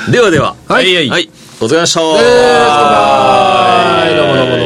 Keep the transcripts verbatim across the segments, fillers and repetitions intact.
ではでは、 はい、はい、 はい、お疲れ様でした。 はい、どうもどうもどうも。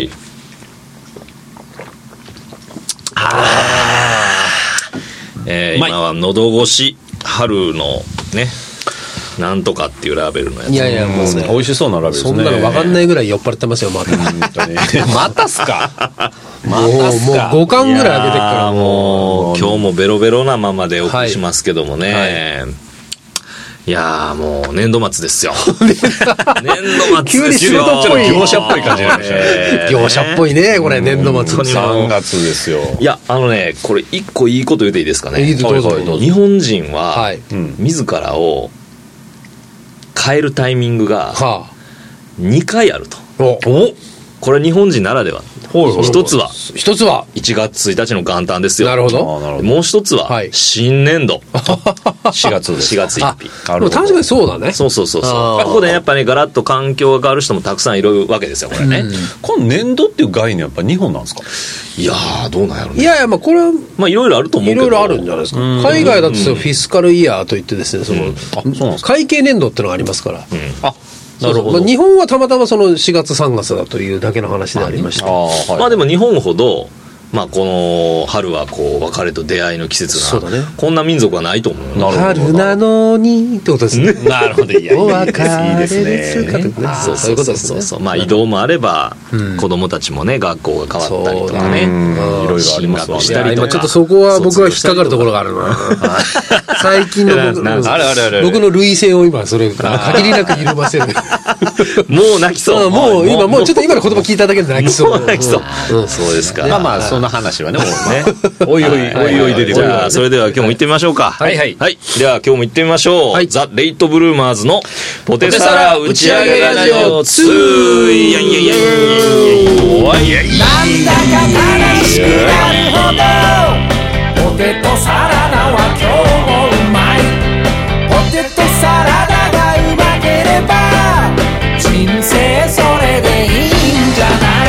あえー、今は喉越し春のねなんとかっていうラベルのやつ。 いやいやもうね、 美味しそうなラベルですね。 そんなの分かんないぐらい酔っ払ってますよまた。 またっすか。 またっすか。もうごかんぐらいあげてっからもう今日もベロベロなままでお送りしますけどもね、はいはい、いやーもう年度末ですよ。年度末急に仕事っぽい業者っぽい感じになりましたね。 業者っぽいねこれ年度末。 さんがつですよ。 いやあのねこれ一個いいこと言っていいですかね。 いいどうぞどうぞ。 日本人は、 はい、 自らを変えるタイミングがにかいあると。 おおこれ日本人ならでは。一つは一つはいちがつついたちの元旦ですよ。 なるほど。 もう一つは、はい、新年度しがつです。 しがつついたち。 確かにそうだね。 そうそうそうそう。ここでやっぱねガラッと環境が変わる人もたくさんいるわけですよこれね、うん、 この年度っていう概念はやっぱ日本なんですか。 いやーどうなんやろうね。 いやいやまあこれはまあいろいろあると思うけどいろいろあるんじゃないですか。海外だとフィスカルイヤーといってですねその、うん、あそうなんですか。会計年度ってのがありますから、うん、あなるほど。まあ、日本はたまたまそのしがつさんがつだというだけの話でありまして、まあ、 あ、はい、まあでも日本ほど、まあ、この春はこう別れと出会いの季節な、 そうだね、 こんな民族はないと思う。 な春なのにってことですね。 なるほど。いやいやお別れですかとかね。 そうそうそうそうそう。まあ移動もあれば、うん、子供たちもね学校が変わったりとかね、いろいろありますわね。したりとか。 今ちょっとそこは僕は引っかかるところがあるな。最近の僕のあれあれあれ僕の類性を今それ限りなく緩ませる。 もう泣きそう。 もう今もうちょっと今の言葉聞いただけで泣きそう。 泣きそう。そうですか。 まあまあその話はねもうねおいおいおいおい出てくる。 じゃあそれでは今日も行ってみましょうか。 はいはいはい。では今日も行ってみましょう。ザ・レイトブルーマーズのポテサラ打ち上げラジオツー。いやいやいやいやいやいや。 なんだか悲しくなるほどポテトサラダは今日もうまい。ポテトサラダがうまければ人生それでいいんじゃない。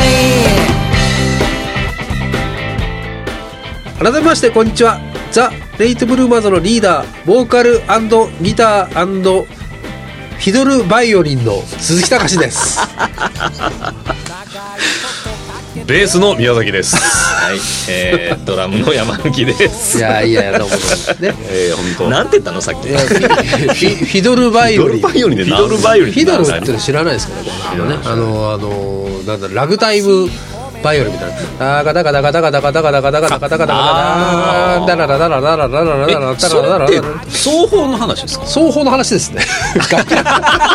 改めましてこんにちは。ザ・レイトブルーマーズのリーダーボーカル&ギター&フィドルバイオリンの鈴木隆です。 ベースの宮崎です。 はい、えー、ドラムの山抜です。 いやいやどうもどうもね。 えー、本当。なんて言ったのさっき。 フィ, フィドルバイオリン。 フィドルバイオリンでフィドルバイオリン。 フィドルっての知らないですかね。あのね、あのあのなんだラグタイムバイオリンみたいな。ダカダカダカダカダカダカダカダカダカダカダカダララララララララララララ。 それって双方の話ですか。 双方の話ですね。関係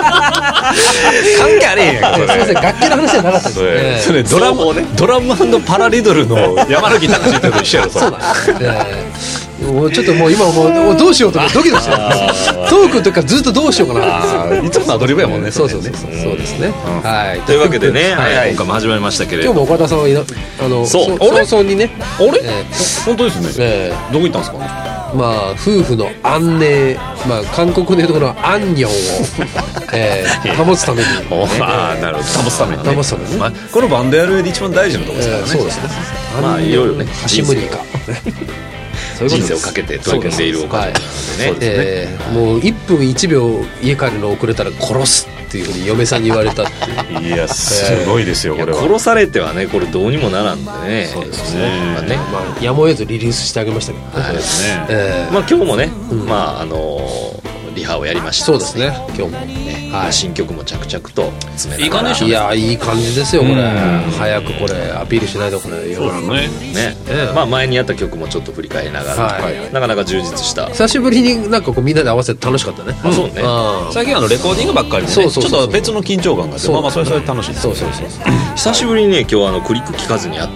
あれへんやん。すみません楽器の話じゃなかったです。 それドラムドラム&パラリドルの山崎隆ってと一緒やろ。 そうだ。もうちょっともう今もうどうしようとかドキドキしてる。トークとかずっとどうしようかな。 いつものアドリブやもんね。 そうそうそうそうですね。はい。 というわけでね、今回も始まりましたけれども、今日も岡田さんはあのそう早々にね。 あれ？本当ですね。どこ行ったんですか。 まあ夫婦の安寧、まあ韓国でいうところの安寧を保つために。 ああなるほど。保つために。 保つために。 このバンドやる上で一番大事なところですからね。 そうですね。 まあいろいろね。 橋無理か。 人生をかけて取り組んでいるお方なのでね。 えー、もういっぷんいちびょう家帰るの遅れたら殺すっていうふうに嫁さんに言われたっていう。 いやすごいですよこれは。 殺されてはねこれどうにもならんでね。 そうですね。まあね、まあやむを得ずリリースしてあげましたけどね。 そうですね。 えー、まあ今日もね、うん、まああのーリハをやりました。 そうですね。今日もね、はい、新曲も着々と詰めながら。 いやいい感じですよこれ。早くこれアピールしないとこれ。 そうだね。 ね、えー、まあ前にやった曲もちょっと振り返りながら、はい、なかなか充実した。 久しぶりになんかこうみんなで合わせて楽しかったね。 あ、そうね。 最近あのレコーディングばっかりで、ね、ちょっと別の緊張感があって、まあまあそれそれ楽しい。 そうそうそう。 久しぶりにね今日あのクリック聞かずにやった。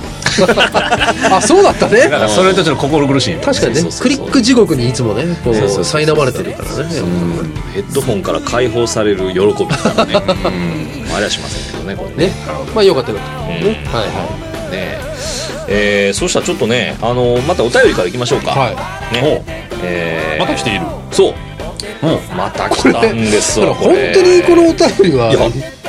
あ、そうだったね。 だからそれとちょっと心苦しい。 確かにね、クリック地獄にいつもねこう苛まれてるからね。 ヘッドホンから解放される喜びからね。あれはしませんけどねこれね。 まあよかったよ。はいはい。 ねえ、そうしたらちょっとねあのまたお便りからいきましょうか。 はい。 ね。えまた来ている。 そう。また来たんですよ。 本当にこのお便りは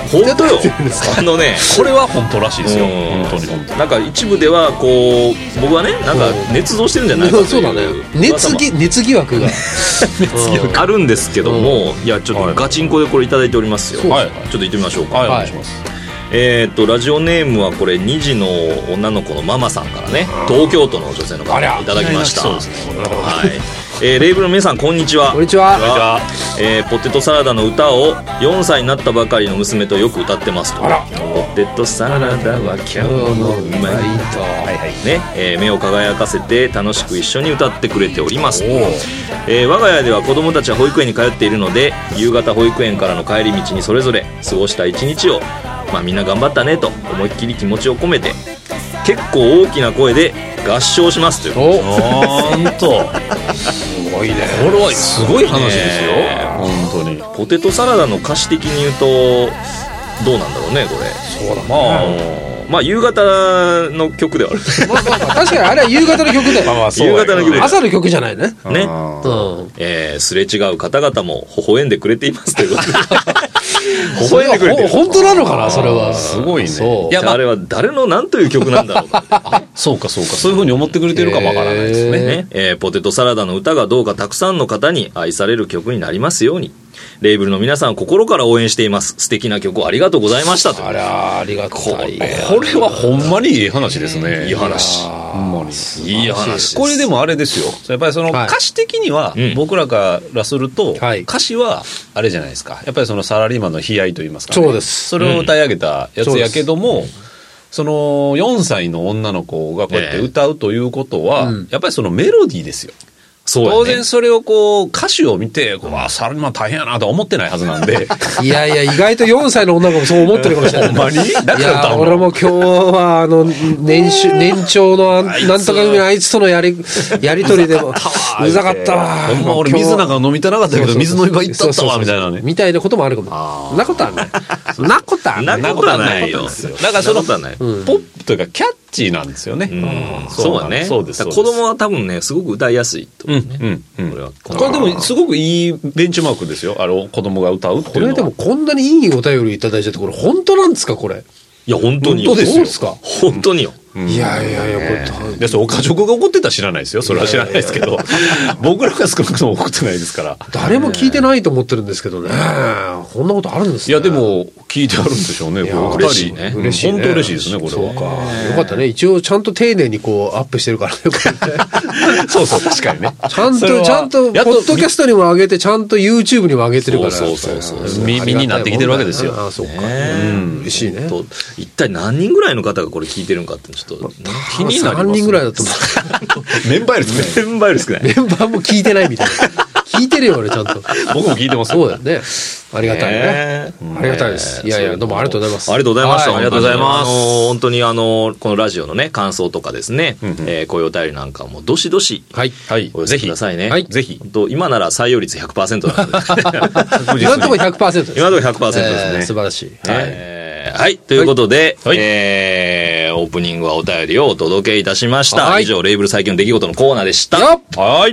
本当よあのねこれは本当らしいですよ、本当に本当に。 なんか一部ではこう僕はねなんか捏造してるんじゃないかというそうだね熱疑熱疑惑があるんですけども、いやちょっとガチンコでこれいただいておりますよ、はい、ちょっと行ってみましょうか。 はい、お願いします。 えー、っとラジオネームはこれに児の女の子のママさんからね、東京都の女性の方いただきました。はい、えー、レイブルの皆さんこんにちは。 こんにちは。 えー、ポテトサラダの歌をよんさいになったばかりの娘とよく歌ってますと。 あらポテトサラダは今日もうまいと、はいはいねえー、目を輝かせて楽しく一緒に歌ってくれております。えー、我が家では子供たちは保育園に通っているので、夕方保育園からの帰り道にそれぞれ過ごした一日を、まあ、みんな頑張ったねと思いっきり気持ちを込めて結構大きな声で合唱しますという。 おほんとすごいね。これはすごい話ですよ、ね、本当に。 ポテトサラダの歌詞的に言うとどうなんだろうねこれ。 そうだね、 まあ夕方の曲ではあるまあまあまあ確かにあれは夕方の曲だよ、まあ、 夕方の曲で朝の曲じゃないね。 ね、うんえー、すれ違う方々も微笑んでくれていますということで微笑んでくれてる。 本当なのかなそれは。 すごいね。 いや、まあ、あれは誰の何という曲なんだろうあそうかそうか、そういう風に思ってくれてるかもわからないですね。 ね、えー、ポテトサラダの歌がどうかたくさんの方に愛される曲になりますように。レーブルの皆さん心から応援しています。素敵な曲をありがとうございましたと。 あらありがたい。 これはほんまにいい話ですね。 いい話。 ほんまにいい話。 これでもあれですよ。やっぱりその歌詞的には僕らからすると、はい、歌詞はあれじゃないですか。やっぱりそのサラリーマンの悲哀といいますか、ね。 そうです。 それを歌い上げたやつやけども。うん、そのよんさいの女の子がこうやって歌うということは、うん、やっぱりそのメロディーですよ。そうね、当然それをこう歌詞を見てこうわサラリーマン大変やなとは思ってないはずなんでいやいや意外とよんさいの女の子もそう思ってるかもしれないほんまに。だからいや俺も今日はあの年収年長のなんとか組のあいつとのやりやり取りでもうざかったわ。 ほんま俺水なんか飲みたなかったけど水飲み場行ったったわみたいなねみたいなこともあるかも。そんなことはないそんなことはない。 そんなことはないよ。 だからそのポップというかキャッチーなんですよね。 そうだね。そうです。子供は多分ねすごく歌いやすいとね。 うんうん、これはこれでもすごくいいベンチマークですよ。あの子供が歌うっていうのは。 これでもこんなにいいお便りいただいちゃってこれ本当なんですかこれ。 いや本当に本当ですよ。 本当によ。 うん、いやいやいやこれ、 えー、そうお家族が怒ってたら知らないですよ。それは知らないですけど僕らが少なくとも怒ってないですから。 誰も聞いてないと思ってるんですけどね。こんなことあるんですね。 いやでも聞いてあるんでしょうね。 嬉しいね。 嬉しいね。本当嬉しいですねこれは。 そうか。よかったね。一応ちゃんと丁寧にこうアップしてるからね。 そうそう確かにね。 ちゃんとちゃんとポッドキャストにも上げてちゃんと YouTube にも上げてるから。 そうそうそうそう。耳になってきてるわけですよ。 ああそうか。うん嬉しいね。 一体何人ぐらいの方がこれ聞いてるんかってちょっと気になります。 さんにんぐらいだと思う。メンバーより少ない。 メンバーより少ない。 メンバーも聞いてないみたいな。聞いてるよ俺ちゃんと。 僕も聞いてます。 そうだよね。ありがたいね。ありがたいです。いやいやどうもありがとうございます。 ありがとうございました。ありがとうございます。あの本当にあのこのラジオのね感想とかですね、えこういうお便りなんかもどしどしお寄せくださいね。 ぜひ。 今なら採用率 ひゃくパーセント なんで。 今のところ ひゃくパーセント。 今のところ ひゃくパーセント ですね。 素晴らしい。 はい、ということで、はいえー、オープニングはお便りをお届けいたしました。はい、以上、レーブル最近の出来事のコーナーでした。 はい。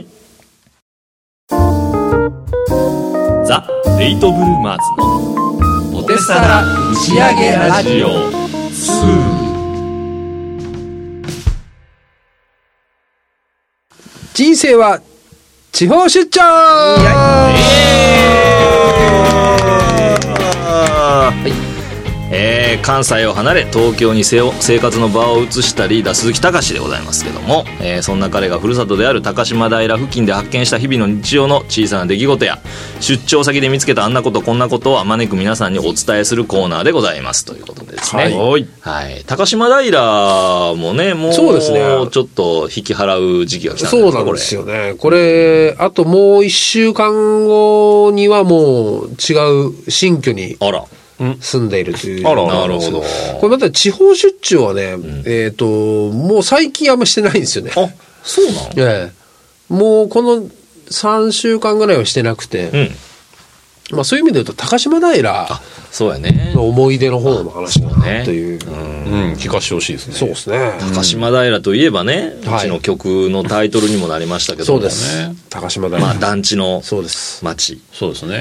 ザ・レイトブルーマーズのポテサラ打ち上げラジオツー。 人生は地方出張。 えー、関西を離れ東京に生活の場を移したリーダー鈴木隆でございますけども、えー、そんな彼がふるさとである高島平付近で発見した日々の日常の小さな出来事や出張先で見つけたあんなことこんなことをあまねく皆さんにお伝えするコーナーでございますということでですね、はいはい、高島平もねもうそうですねちょっと引き払う時期が来たんですか。 そうなんですよねこれ、うん、あともういっしゅうかんごにはもう違う新居にあら住んでいるという。 あら、なるほど。 これまた地方出張はね、うん、えっと、もう最近あんましてないんですよね。 あ、そうなの？ ええ。もうこのさんしゅうかんぐらいはしてなくて、うん、まあそういう意味で言うと高島平そうやねの思い出の方の話だなという。 うん、聞かせてほしいですね。 そうですね。 高島平といえばね、うん、うちの曲のタイトルにもなりましたけども、 そうですね。高島平。 まあ団地のそうです。 町。 そうですね。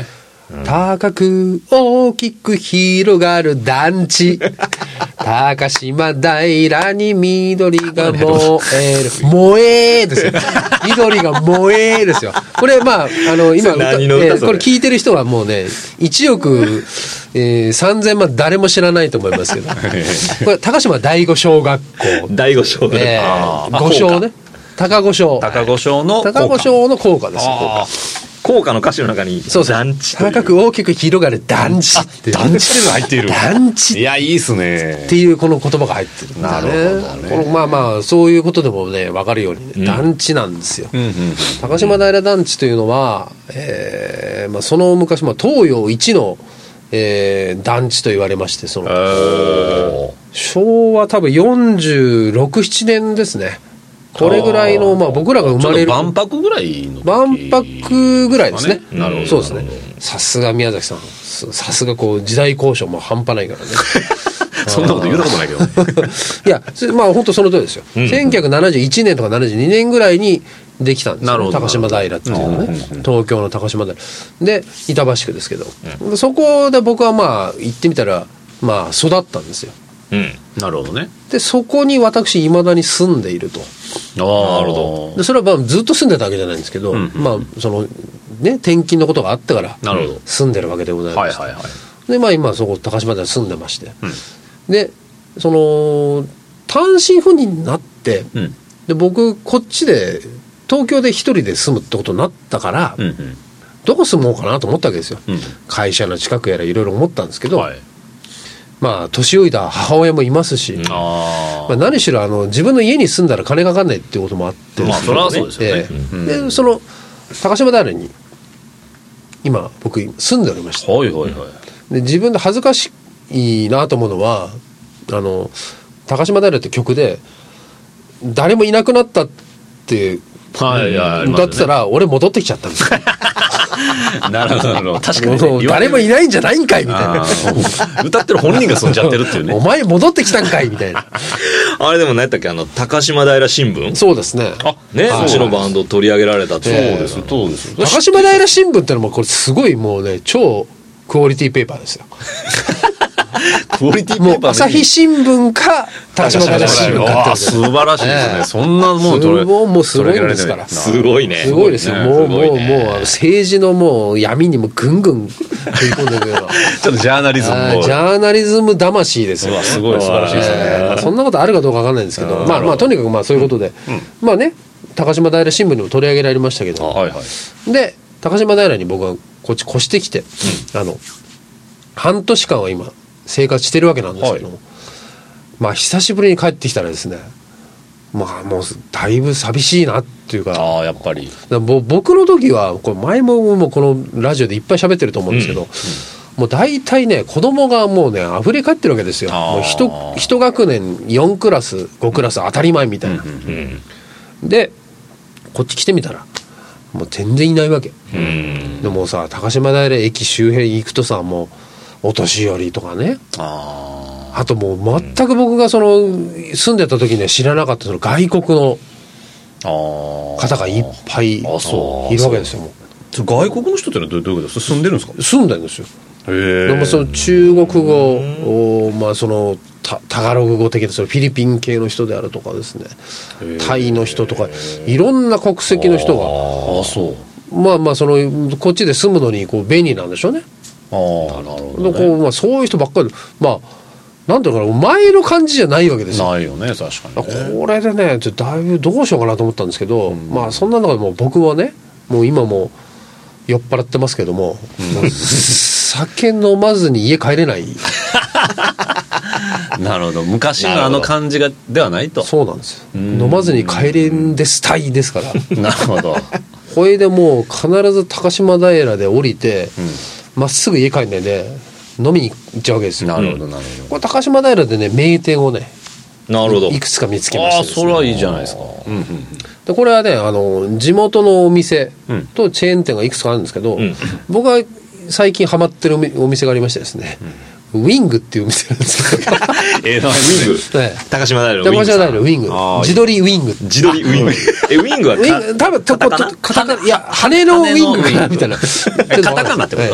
高く大きく広がる団地高島平に緑が燃える燃えですよ緑が燃えですよ。これまああの今歌、えー、これ聞いてる人はもうねいちおく、えー、さんぜんまん誰も知らないと思いますけどこれ高島第五小学校第五小学校、 えー、五小ね高五小高五小の高五小の校歌ですよ。 校歌の歌詞の中にそうそう団地高く大きく広がる団地って団地っていうのが入っている団地いやいいっすねっていうこの言葉が入ってるんだね。 なるほどね。 このまあまあそういうことでもね分かるようにね、うん、団地なんですよ、うんうんうん、高島平団地というのは、えーまあ、その昔、まあ、東洋一の、えー、団地と言われましてその昭和多分よんじゅうろく、ななねんですね。これぐらいの、まあ、僕らが生まれる万博ぐらいの万博ぐらいですね。 なるほどそうですね。さすが宮崎さんさすがこう時代交渉も半端ないからねそんなこと言うたことないけど、ね、 いやまあ本当その通りですよ、うん、せんきゅうひゃくななじゅういちねんとかななじゅうにねんぐらいにできたんですよ、ね、高島平っていうのはね、東京の高島平で板橋区ですけど、うん、そこで僕はまあ行ってみたらまあ育ったんですよ、 うん、なるほどね。 でそこに私いまだに住んでいると。 あなるほど。 でそれはまあずっと住んでたわけじゃないんですけど、うんうん、まあそのね転勤のことがあってから住んでるわけでございます、はいはいはい、でまあ今そこ高島平住んでまして、うん、でその単身赴任になって、うん、で僕こっちで東京で一人で住むってことになったから、うんうん、どこ住もうかなと思ったわけですよ、うん、会社の近くやらいろいろ思ったんですけど、はい、まあ年老いた母親もいますし、うんあまあ、何しろあの自分の家に住んだら金かかんないっていうこともあって、 まあそれはそうですよね、 えーうん、でその高島平に今僕住んでおりまして、 はいはいはい、 で自分で恥ずかしいなと思うのはあの高島平って曲で誰もいなくなったってはいはい、 歌ってたら、ね、俺戻ってきちゃったんですよなるほどなるほど確かに、 ね、誰もいないんじゃないんかいみたいな歌ってる本人が住んじゃってるっていうねお前戻ってきたんかいみたいなあれでも何やったっけあの高島平新聞そうですねあねうちのバンド取り上げられたって、 えー、そうですそうです高島平新聞ってのもこれすごいもうね超クオリティペーパーですよクオリティペーパー、ね、 もう朝日新聞か高島平新聞かって素晴らしいですね、えー、そんなもう取れもうすごいですからすごいねすごいですよ、ね、もうもうもうあの政治のもう闇にもぐんぐん食い込んでくるようなちょっとジャーナリズムもジャーナリズム魂ですよ、ね、 すごい素晴らしいですね、 えーまあ、そんなことあるかどうかわかんないんですけどまあまあとにかくまあそういうことで、うんうん、まあね高島平新聞にも取り上げられましたけど、はいはい、で高島平に僕はこっち越してきて、うん、あの半年間は今生活してるわけなんですけども、はい、まあ久しぶりに帰ってきたらですねまあもうだいぶ寂しいなっていうかあやっぱり僕の時はこれ前ももうこのラジオでいっぱい喋ってると思うんですけど、うんうん、もう大体ね子供がもうね溢れ返ってるわけですよもう 1, 1学年よんクラスごクラス当たり前みたいな、うんうんうん、でこっち来てみたらもう全然いないわけ、うん、でもさ高島平駅周辺行くとさもうお年寄りとかね あ, あともう全く僕がその住んでた時には知らなかったその外国の方がいっぱいいるわけですよ。もう外国の人ってのはどういうことですか住んでるんですか住んでるんですよ。へでもその中国語、まあ、そのタ, タガログ語的なそのフィリピン系の人であるとかですねタイの人とかいろんな国籍の人があそうまあまあそのこっちで住むのにこう便利なんでしょうね。 ああなるほど、ね、 こうまあ、そういう人ばっかりまあなんていうかな前の感じじゃないわけですよ。 ないよね確かに、 ね、これでねちょっとだいぶどうしようかなと思ったんですけど、うん、まあそんな中でも僕はねもう今も酔っ払ってますけども、うん、酒飲まずに家帰れないなるほど昔のあの感じがではないとそうなんですよ飲まずに帰れんですたいですからなるほどこれでもう必ず高島平で降りてま、うん、っすぐ家帰んないで飲みに行っちゃうわけですよ。 なるほどなるほど。 これ高島平でね名店をねなるほどいくつか見つけましたです、ね、 ああそれはいいじゃないですか、うんうんうん、 でこれはねあの地元のお店とチェーン店がいくつかあるんですけど、うん、僕が最近ハマってるお店がありましてですね、うん、ウィングっていうお店なんですけどえー、ウィング、 ね、 高島平のウィング高島平のウィング自撮りウィング自撮りウィングえウィングはウィング多分カタカナいや羽のウィングかなみたいなカタカナってこと、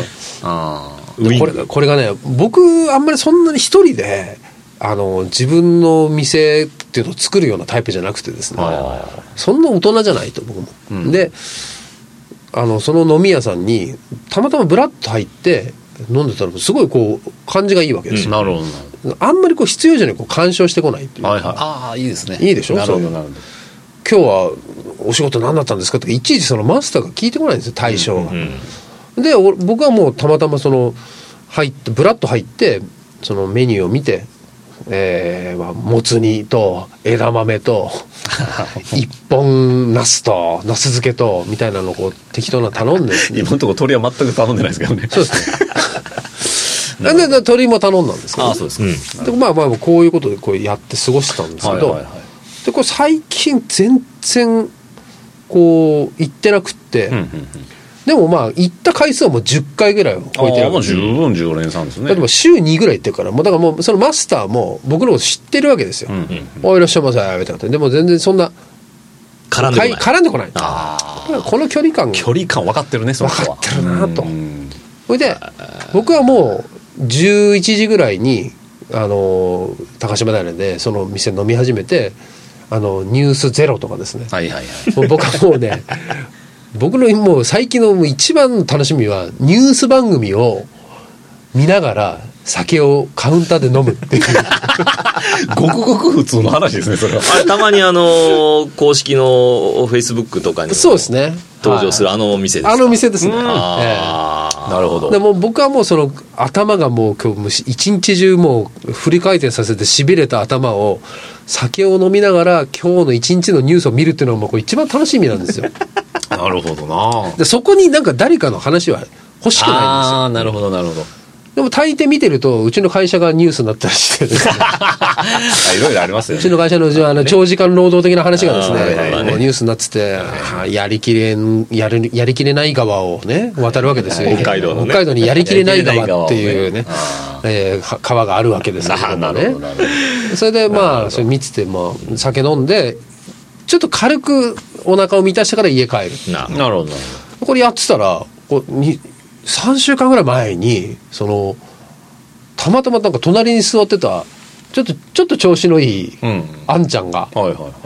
あでこれこれがね、僕あんまりそんなに一人であの自分の店っていうのを作るようなタイプじゃなくてですね、はいはいはい、そんな大人じゃないと僕も、うん、であのその飲み屋さんにたまたまブラッと入って飲んでたらすごいこう感じがいいわけですよ、うん、 なるほど。あんまりこう必要以上にこう干渉してこないっていう、 はいはい、ああいいですね。 いいでしょ。 なるほどなるほど。 今日はお仕事何だったんですかとかいちいちそのマスターが聞いてこないんですよ、対象が、うんうん、で僕はもうたまたまその入ってブラッと入ってそのメニューを見て、えー、もつ煮と枝豆と一本ナスとナス漬けとみたいなのをこう適当な頼んで今のところ鳥は全く頼んでないですけどね。 そうですねで鳥も頼んだんですけど、ね、 あそうですか、うん、 でまあまあこういうことでこうやって過ごしてたんですけど、はいはいはい、でこれ最近全然こう行ってなくって、うんうんうん、でもまあ行った回数はもうじゅっかいぐらいを超えてるわけです。 十分じゅうごねんさんですね。 だって週にぐらい行ってるからもうだからもうそのマスターも僕のこと知ってるわけですよ、うんうんうん、おいらっしゃいませみたいな。でも全然そんな絡んでこない絡んでこない。 あこの距離感距離感分かってるね。その分かってるなと。それで僕はもうじゅういちじぐらいにあの高島平でその店飲み始めてあのニュースゼロとかですね、 はいはいはい、 もう僕はもうね僕のもう最近の一番の楽しみはニュース番組を見ながら酒をカウンターで飲むっていうごくごく普通の話ですねそれは。 あれたまにあの公式のフェイスブックとかにそうですね登場するあのお店ですか。 あの店ですね。 あ、えー、なるほど。 でも僕はもうその頭がもう今日一日中もう振り回転させてしびれた頭を酒を飲みながら今日の一日のニュースを見るっていうのがもうこれ一番楽しみなんですよなるほどな。 でそこになんか誰かの話は欲しくないんですよ。 ああなるほどなるほど。 でも大抵見てるとうちの会社がニュースになったりしてですねいろいろありますよね。 うちの会社のあの長時間労働的な話がですねもうニュースになってて、はい、やりきれやるやりきれない川をね渡るわけですよ。 北海道の、ね、 北海道にやりきれない川っていうね、えー、川があるわけですけどもね。それでまあそれ見ててまあ酒飲んでちょっと軽くお腹を満たしてから家帰る。 なるほどなるほど。 これやってたらこうにさんしゅうかんぐらい前にそのたまたまなんか隣に座ってたちょっとちょっと調子のいいあんちゃんが、うんはいはいはい、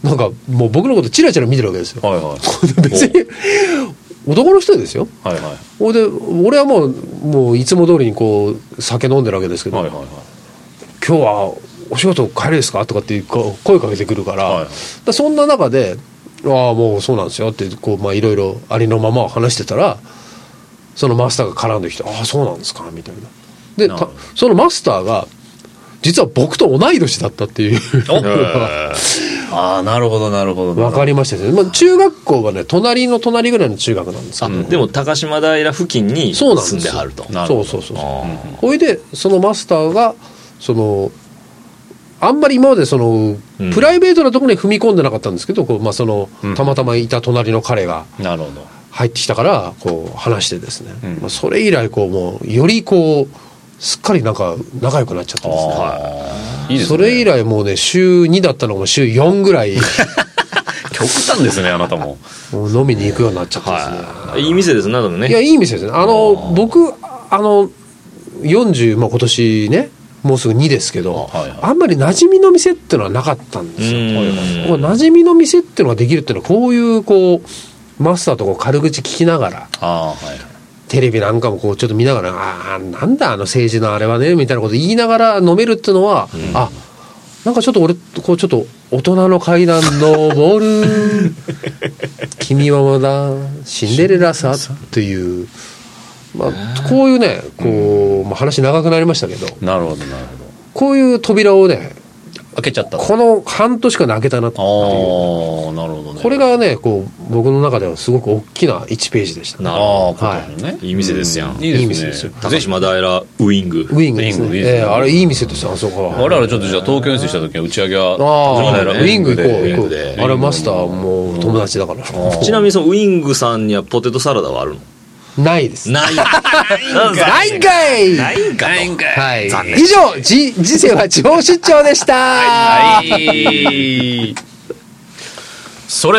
なんかもう僕のことチラチラ見てるわけですよ、はいはい、別に男の人ですよ、はいはい、で俺はもう、もういつも通りにこう酒飲んでるわけですけど、はいはいはい、今日はお仕事帰りですかとかって声かけてくるから、はいはい、だそんな中でああもうそうなんですよってこうまあいろいろありのまま話してたらそのマスターが絡んできてああそうなんですかみたいなでたそのマスターが実は僕と同い年だったっていうああなるほどなるほど分かりましたね、まあ、中学校がね隣の隣ぐらいの中学なんですけど、 うん、でも高島平付近に住んではると。 そうそうそうそうほいでそのマスターがそのあんまり今までその、うん、プライベートなところに踏み込んでなかったんですけどこう、まあ、そのたまたまいた隣の彼が、 うん、なるほど入ってきたからこう話してですね、うんまあ、それ以来こうもうよりこうすっかりなんか仲良くなっちゃったんですね。あいいですね。それ以来もうね週にだったのも週よんぐらい極端ですねあなたも。 もう飲みに行くようになっちゃったですね、 はい、いい店ですねでもね。 いやいい店ですね。あの僕あのよんじゅう、まあ、今年ねもうすぐにですけど、はいはい、あんまり馴染みの店っていうのはなかったんですよ。馴染みの店っていうのができるっていうのはこういうこうマスターとこう軽口聞きながらあ、はい、テレビなんかもこうちょっと見ながらああなんだあの政治のあれはねみたいなこと言いながら飲めるっていうのは、うん、あなんかちょっと俺こうちょっと大人の階段登る君はまだシンデレラさっていう、まあ、こういうねこう、まあ、話長くなりましたけどなるほどなるほどこういう扉をね開けちゃったこの半年間で開けたなっていうあなるほど、ね、 これがねこう僕の中ではすごく大きないちページでした、ね、 なるほど、はいね、いい店ですやん、 うん、いい店ですよ。 高島平ウイングウイングですね、えー、あれいい店ですよあそこは。 我々ちょっとじゃあ東京遠征した時は打ち上げはああウイング行こう行こうあれマスターもう友達だから、 うん、ちなみにそのウイングさんにはポテトサラダはあるの？ ないです。 ない。 ないんかい。 ないんかい。 はい。以上、じ、次世は地方出張でした。 はい。それでは、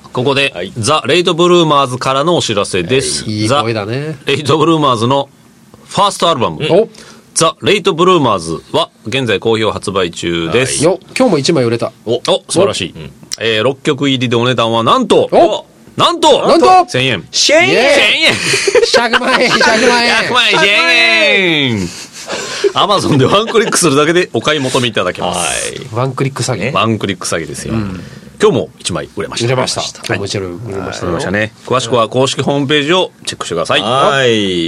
ここで、 はい、 ザ・レイトブルーマーズからのお知らせです。 いい声だね。 ザ・レイトブルーマーズのファーストアルバム、うん、ザ・レイトブルーマーズは現在好評発売中です。 はい、よ今日もいちまい売れた。 おお素晴らしい、うん、えー、ろっきょく入りでお値段はなんとおなんとなんとせんえん。 せんえん ! せんえん !ひゃく 万円 !ひゃく 万円 !ひゃく 万円 !せんえんアマゾンでワンクリックするだけでお買い求めいただけます。 はい、ワンクリック詐欺、 ワンクリック詐欺ですよ。うん、今日もいちまい売れました。 売れました。今日もいちまい売れました。 売れましたね。詳しくは公式ホームページをチェックしてください。 はい。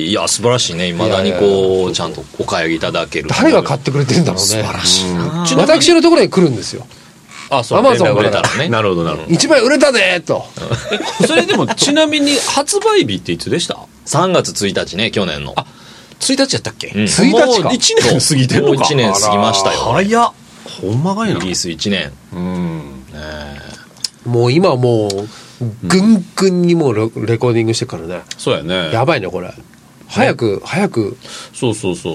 いや、素晴らしいね。未だにこう、ちゃんとお買い上げいただける。 誰が買ってくれてるんだろうね。 素晴らしいな。 私のところに来るんですよ。 あ、そう。 アマゾン売れたらね。 なるほど、なるほど。 いちまい売れたでーと。 それでも、ちなみに発売日っていつでした？ さんがつついたちね、去年の。 あ、ついたちやったっけ？ うん、ついたちか。 もういちねん過ぎてるのか。 もういちねん過ぎましたよ。 早っ。ほんまがいな。 リリースいちねん。 うん。 ねもう今もう、ぐんぐんにもうレコーディングしてるからね。 そうやね。 やばいね、これ。早く、ね、早く。 そうそうそう。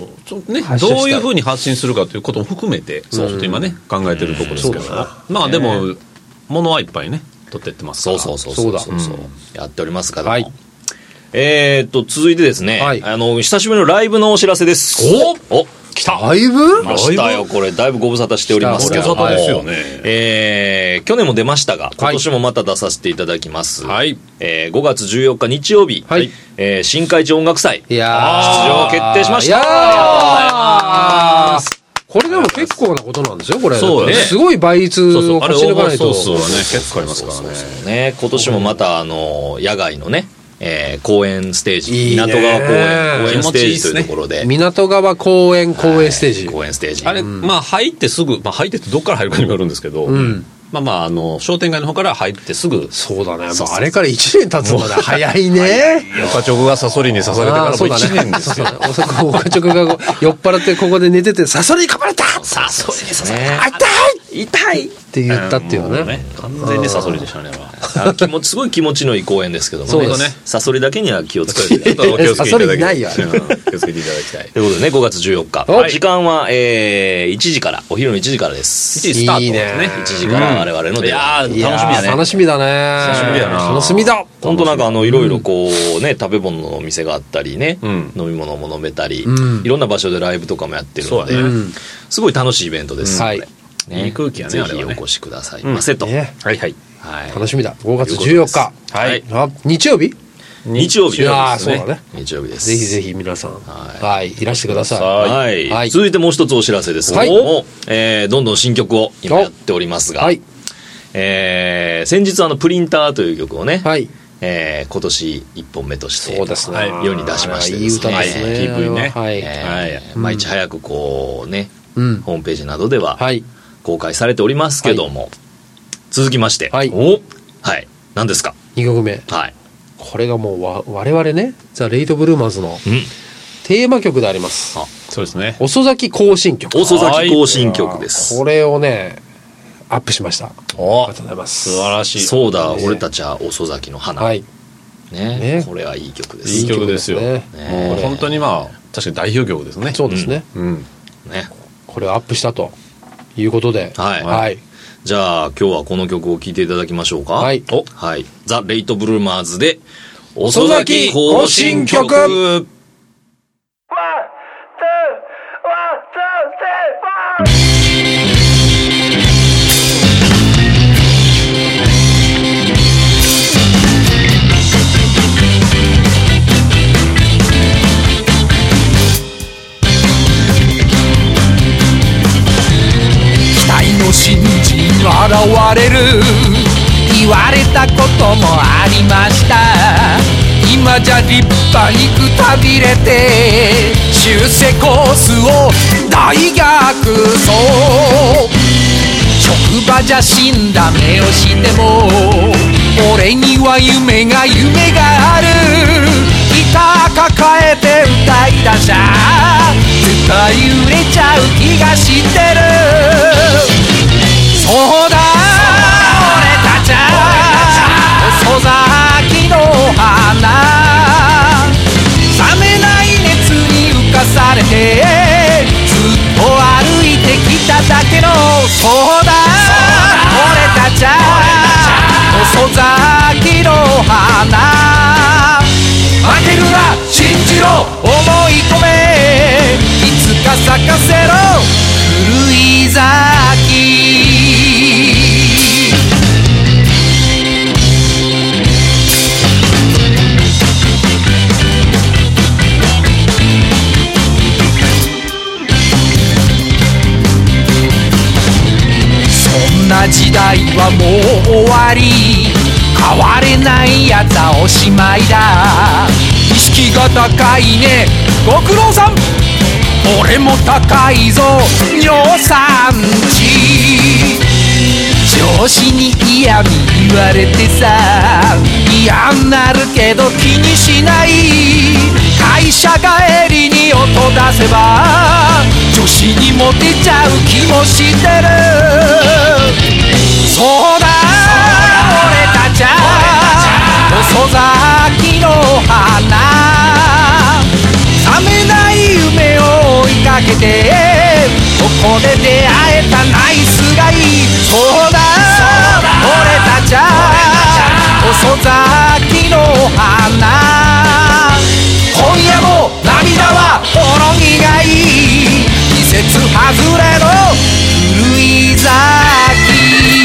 ね、どういうふうに発信するかということも含めて、ちょっと今ね、考えてるところですけど。まあでも、ものはいっぱいね、取ってってますから。 そうそうそう。 そうだ。 そうやっておりますから。 はい。 えーっと、続いてですね、はい、あの、久しぶりのライブのお知らせです。 おお来たライブましたよ、これ。だいぶご無沙汰しておりますけども。 ご無沙汰ですよね。 えー、去年も出ましたが、今年もまた出させていただきます。 はい。 えー、ごがつじゅうよっか日曜日、 はい。 えー、新海地音楽祭。 いやー。出場決定しました。 いやー。ありがとうございます。これでも結構なことなんですよ、これ。 そうね。 すごい倍率を勝ち抜かないと。 そうそう、あれ応募総数はね、結構ありますからね。 そうそうそうね。今年もまた、あの、野外のね、えー、公園ステージ、 いいね、 港川公園、公園ステージというところで。 港川公園、公園ステージ。 公園ステージ。 あれ、うん、まあ入ってすぐ、まあ入ってってどっから入るかにもよるんですけど、うん、まあまあ、あの、商店街の方から入ってすぐ。 そうだね。もうあれからいちねん経つんだね。早いね。 おかちょくがサソリに刺されてからもういちねんですよ。 おかちょくが酔っ払ってここで寝てて、サソリに噛まれたサソリに刺された痛い痛いって言ったっていうね。 完全にサソリでしたね。 気持ちすごい気持ちのいい公園ですけどもね。 そうだね。 サソリだけには気をつけて。 サソリないよ。 気をつけていただきたい。 ということでね、ごがつじゅうよっか。時間は、えー、いちじから、お昼のいちじからです。 いちじスタートですね。 いちじから我々の出番。 いやー、楽しみだね。楽しみだね。 久しぶりだな。 楽しみだ。 本当なんかあの、いろいろこうね、食べ物のお店があったりね、飲み物も飲めたり、いろんな場所でライブとかもやってるので、すごい楽しいイベントです。 はい。 いい空気やね。 ぜひお越しくださいませと。 はいはい。 楽しみだ。ごがつじゅうよっか。 はい。 日曜日日曜日ですね。 ああ、そうだね。 日曜日です。 ぜひぜひ皆さん、はい、いらしてください。はい。続いてもう一つお知らせですけども、えー、どんどん新曲を今やっておりますが、はい。えー、先日あの、プリンターという曲をね、はい。えー、今年一本目として、 そうですね。 世に出しましてですね。 いい歌ですね。 ピーブイね。 はい。 はい。毎日早くこうね、ホームページなどでは、はい。公開されておりますけども、続きまして、 はい。 おはい。何ですか？ にきょくめ。 はい。 これがもうわ我々ね、ザ・レイトブルーマーズのテーマ曲であります。 あ、そうですね。 遅咲き行進曲。 遅咲き行進曲です。 これをね、アップしました。ありがとうございます。 素晴らしい。 そうだ、俺たちは遅咲きの花。 はい。 ね。これはいい曲です。 いい曲ですよ。もう本当にまあ、確かに代表曲ですね。 そうですね。 うん。 ね。これをアップしたということで。 はい。 はい。 じゃあ今日はこの曲を聴いていただきましょうか。 はい。 お、はい。ザ・レイトブルーマーズで遅咲き行進曲。ワン、ツー、ワン、ツー、スリー、フォー。 新人現れる言われたこともありました。今じゃ立派にくたびれて修正コースを大逆走。職場じゃ死んだ目をしても俺には夢が夢がある。ギター抱えて歌い出しゃ絶対売れちゃう気がしてる。そうだ俺たちは遅咲きの花。冷めない熱に浮かされてずっと歩いてきただけの。そうだ俺たちは遅咲き花負けるな信じろ思い込めいつか咲かせろ古い咲そんな時代はもう終わり変われないやつはおしまいだ意識が高いねご苦労さん俺も高いぞ尿酸値上司に嫌味言われてさ嫌になるけど気にしない会社帰りに音出せば女子にモテちゃう気もしてるそうだ俺たちは遅咲きの花覚めない夢を追いかけてここで出会えたナイスガイそうだ俺たちは遅咲きの花今夜も涙はほろ苦い季節外れの古い咲き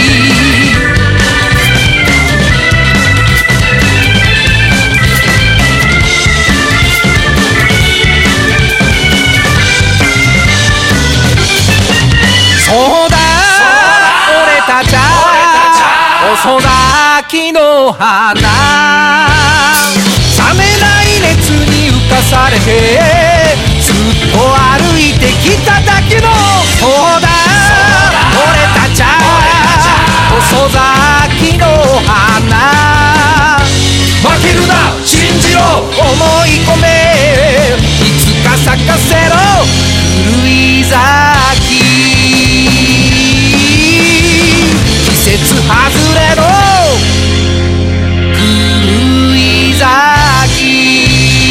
そうだ俺たちは遅咲きの花冷めない熱に浮かされてずっと歩いてきただけのそうだ俺たちは遅咲きの花負けるな信じろ思い込めいつか咲かせろ古い咲き季節外れの古い咲き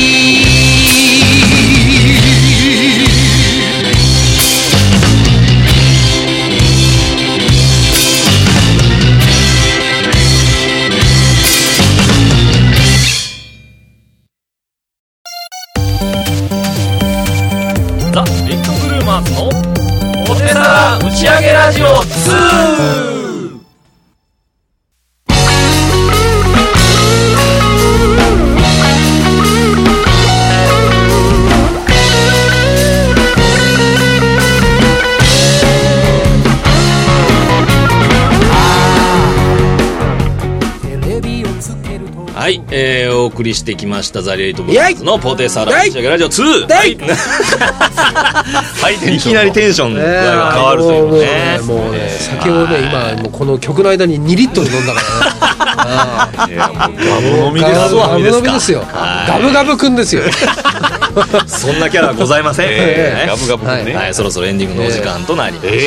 ザ・ビッグブルーマンズのポテサラ打ち上げラジオツー。はい、えー、お送りしてきましたザ・リエイトブルーズのポテサラ打ち上げラジオツー。はい、はい、いきなりテンションが変わるというね。 もうね、酒をね、今もうこの曲の間ににリットル飲んだからね。いや、もうガブ飲みですわ。ガブ飲みですよ。ガブガブくんですよ。 そんなキャラはございません。 えー、ガブガブくんね。 はい、そろそろエンディングのお時間となります。えー、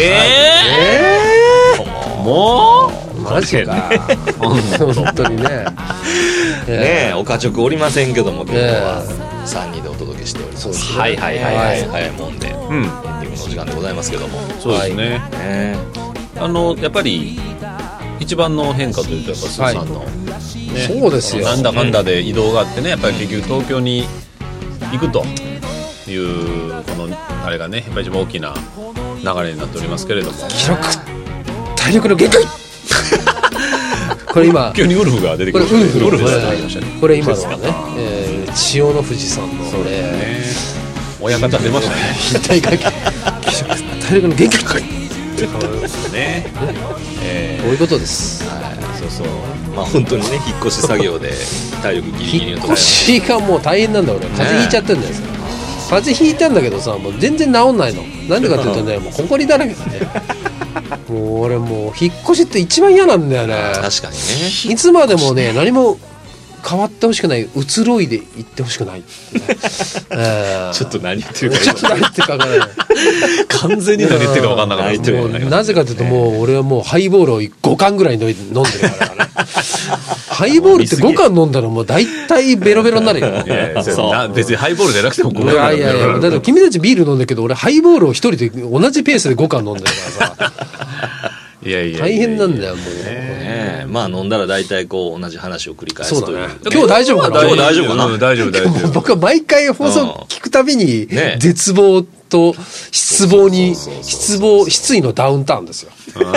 えー、もう。マジか本当にねねえおかちょくおりませんけども今日はさんにんでお届けしております。はいはいはいはい、早いもんでエンディングのお時間でございますけども。 そうですね。あのやっぱり一番の変化というとやっぱスーさんのそうですよ。 なんだかんだで移動があってね、やっぱり結局東京に行くというこのあれがねやっぱり一番大きな流れになっておりますけれども、 記録体力の限界これ今急にウルフが出てきましたね。 これウルフが出てきましたね。これ今のはね、えー、千代の富士さんのそうですね、親方出ましたね。 体体力の限界かい。 そうですね。 えー、こういうことです。 はい、そうそう。まあ本当にね引っ越し作業で体力ギリギリのところ。 引っ越しがもう大変なんだ俺。風邪ひいちゃってるんだよ。風邪ひいたんだけどさ、もう全然治んないの。なんでかっていうとね、もうほこりだらけでね。もう俺もう引っ越しって一番嫌なんだよね。 確かにね。 いつまでもね何も変わってほしくない、移ろいで行ってほしくない、ねえー、 ちょっと何言ってるかちょっと何言ってるか分からない完全に何言ってるか分かんなかった。 もうなぜかというともう俺はもうハイボールをごかんぐらい飲んでるからねハイボールってごかん飲んだらもう大体ベロベロになるよ。いやいやそう別にハイボールじゃなくてもごかん。いやいやいやだって君たちビール飲んだけど俺ハイボールを一人で同じペースでごかん飲んでるからさいやいや大変なんだよもう、ねね。まあ飲んだら大体こう同じ話を繰り返すという。 今日大丈夫かな。 今日大丈夫かな。 大丈夫大丈夫。 僕は毎回放送聞くたびに絶望と失望に失望失意のダウンタウンですよ。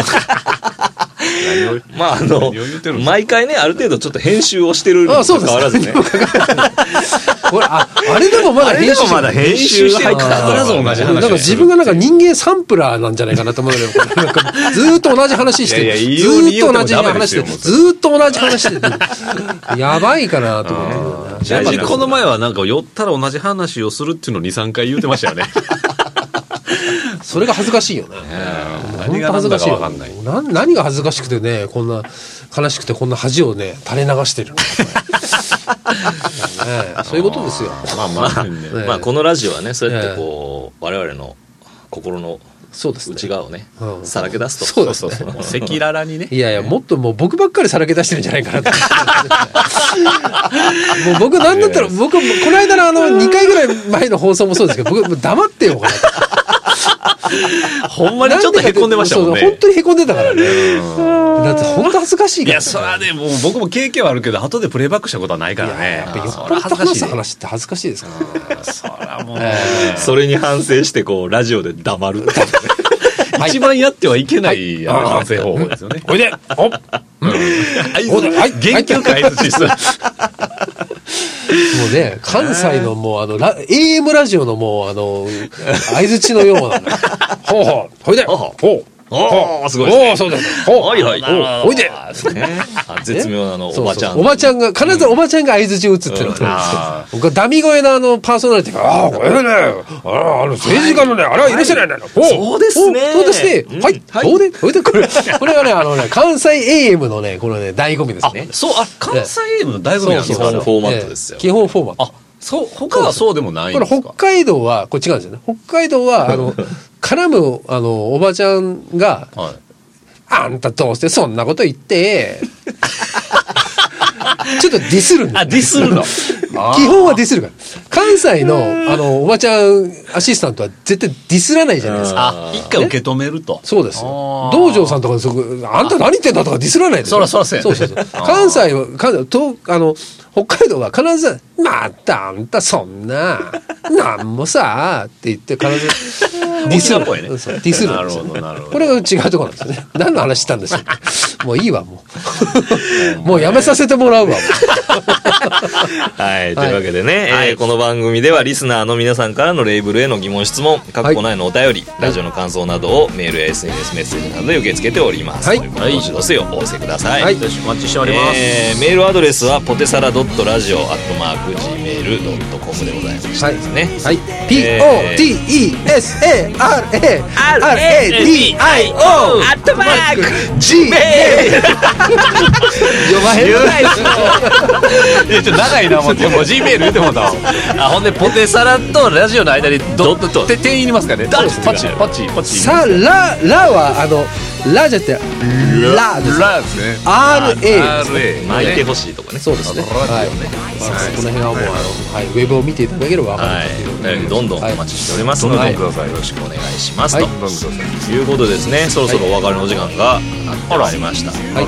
まああの毎回ねある程度ちょっと編集をしてるにもかかわらずね。 これああれでもまだ編集まだ編集してるから同じ話。 なんか自分がなんか人間サンプラーなんじゃないかなと思うけど、なんかずーっと同じ話して、ずーっと同じ話して、ずーっと同じ話して、やばいかなと思って。 ちなみにこの前はなんか寄ったら同じ話をするっていうのをに、さんかい言ってましたよね。 それが恥ずかしいよね。 何が恥ずかしいか分かんない。 何が恥ずかしくてね、こんな悲しくてこんな恥をね垂れ流してるの。そういうことですよ。 まあまあ、まあこのラジオはね、そうやってこう我々の心の内側をねさらけ出すと。 そうですね。 赤裸々にね。 いやいや、もっともう僕ばっかりさらけ出してるんじゃないかなと。もう僕なんだったら僕この間のあのにかいぐらい前の放送もそうですけど、僕黙ってようかなと。 ほんまにちょっとへこんでましたもんね。 本当にへこんでたからね。だって本当恥ずかしいから。 いや、それはね、もう僕も経験はあるけど、後でプレイバックしたことはないからね。 やっぱ酔っ払って話す話って恥ずかしいですからね。 そらもう、 それに反省してこうラジオで黙る。 一番やってはいけない反省方法ですよね。 おいで、お、 はい、元気よく相づちする。 もうね、関西のもうあの、エーエム ラジオのもうあの、相づちのような。ほうほう、ほいで、ほう。 おおすごいですね。おお、そうだ。 はいはい。 おいで。 絶妙なあのおばちゃん。 おばちゃんが、必ずおばちゃんが相づちを打つっていうのが、僕はダミ声のあのパーソナリティが、ああ、これね、ああ、あの政治家のね、あれは許せないんだよ。 そうですね。 そうですね。はい。そうで、それでこれ、これがね、あのね、関西 エーエム のね、このね、醍醐味ですね。 そう、あ、関西 エーエム の醍醐味なんですか？ 基本フォーマットですよ。 基本フォーマット。 そう、他はそうでもないんですか？ これ北海道は、これ違うんですよね。北海道は、あの、絡む、あの、おばちゃんが、あんたどうしてそんなこと言って、ちょっとディスるんだ。 あ、ディスるの基本はディスるから。関西の、あの、おばちゃんアシスタントは絶対ディスらないじゃないですか。 あ、一回受け止めると。 そうですよ。道場さんとかそこ、あんた何言ってんだとかディスらないですよ。 そらそうですよ。 そうそうそう。関西は、関東、あの、北海道は必ず、またあんたそんな、なんもさ、って言って必ず、ディスる。 ね、 ディスる。 なるほど、なるほど。 これが違うところなんですよね。何の話したんでしょう。もういいわ、もう。もうやめさせてもらうわ。 はい。というわけでね、はい、えー、この番組ではリスナーの皆さんからのレーブルへの疑問質問、各コーナーへのお便り、はい、ラジオの感想などをメールや エスエヌエス メッセージなどで受け付けております。はい。どしどしお寄せください。はい。 お待ちしております。 えー、メールアドレスはポテサラドットラジオアットマーク ジーメールドットコム でございましてですね。 はい。ピーオーティーイーエスエーアールエーアールエーディーアイオー アットマーク ジーメール 読まへんないですよ。 いや、ちょっと長いな思ってもう G メール言うてもうたわ。あ、ほんでポテサラとラジオの間にドットって点いりますからね。パチパチパチパチ。 さあララはあのラじゃってラです。 ラですね。 アールエーアールエー巻いてほしいとかね。 そうですね。はい。この辺はもうあのはいウェブを見ていただければ分かる。 はい。どんどんお待ちしておりますので、よろしくお願いしますということですね。そろそろお別れのお時間がありました。はい。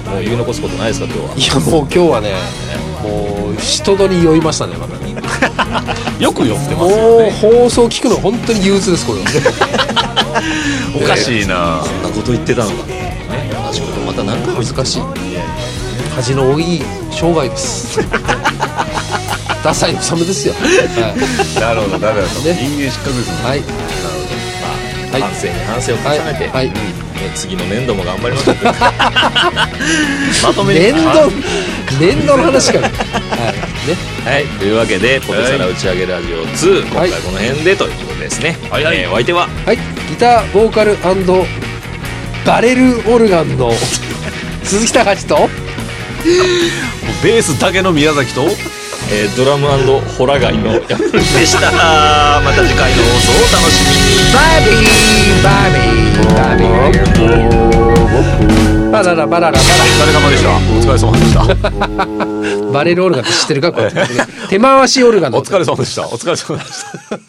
もう言い残すことないですか今日は。 いやもう今日はね、もう人通り酔いましたねまたね。 よく酔ってますよね。 もう放送聞くの本当に憂鬱ですこれ。 おかしいな。 そんなこと言ってたのかね。同じことまた何回も難しい。恥の多い生涯です。ダサいサメですよ。 なるほどダメだと。人間失格ですね。 はい。 反省に反省を重ねて、はいはい、次の年度も頑張りましょう。まとめ年度年度の話から、はいねはい、というわけでポテサラ打ち上げラジオツー、今回この辺でということですね。はいはい、えー、お相手は、 はい、ギターボーカル&バレルオルガンの鈴木隆とベースだけの宮崎とえー、ドラム&ホラガイのヤプルでした。また次回の放送をお楽しみに。 バイビーバイビーバイビーバララバララバラ。お疲れ様でした。お疲れ様でした。 バレルオルガンって知ってるかこれ。手回しオルガンの。 お疲れ様でした。お疲れ様でした。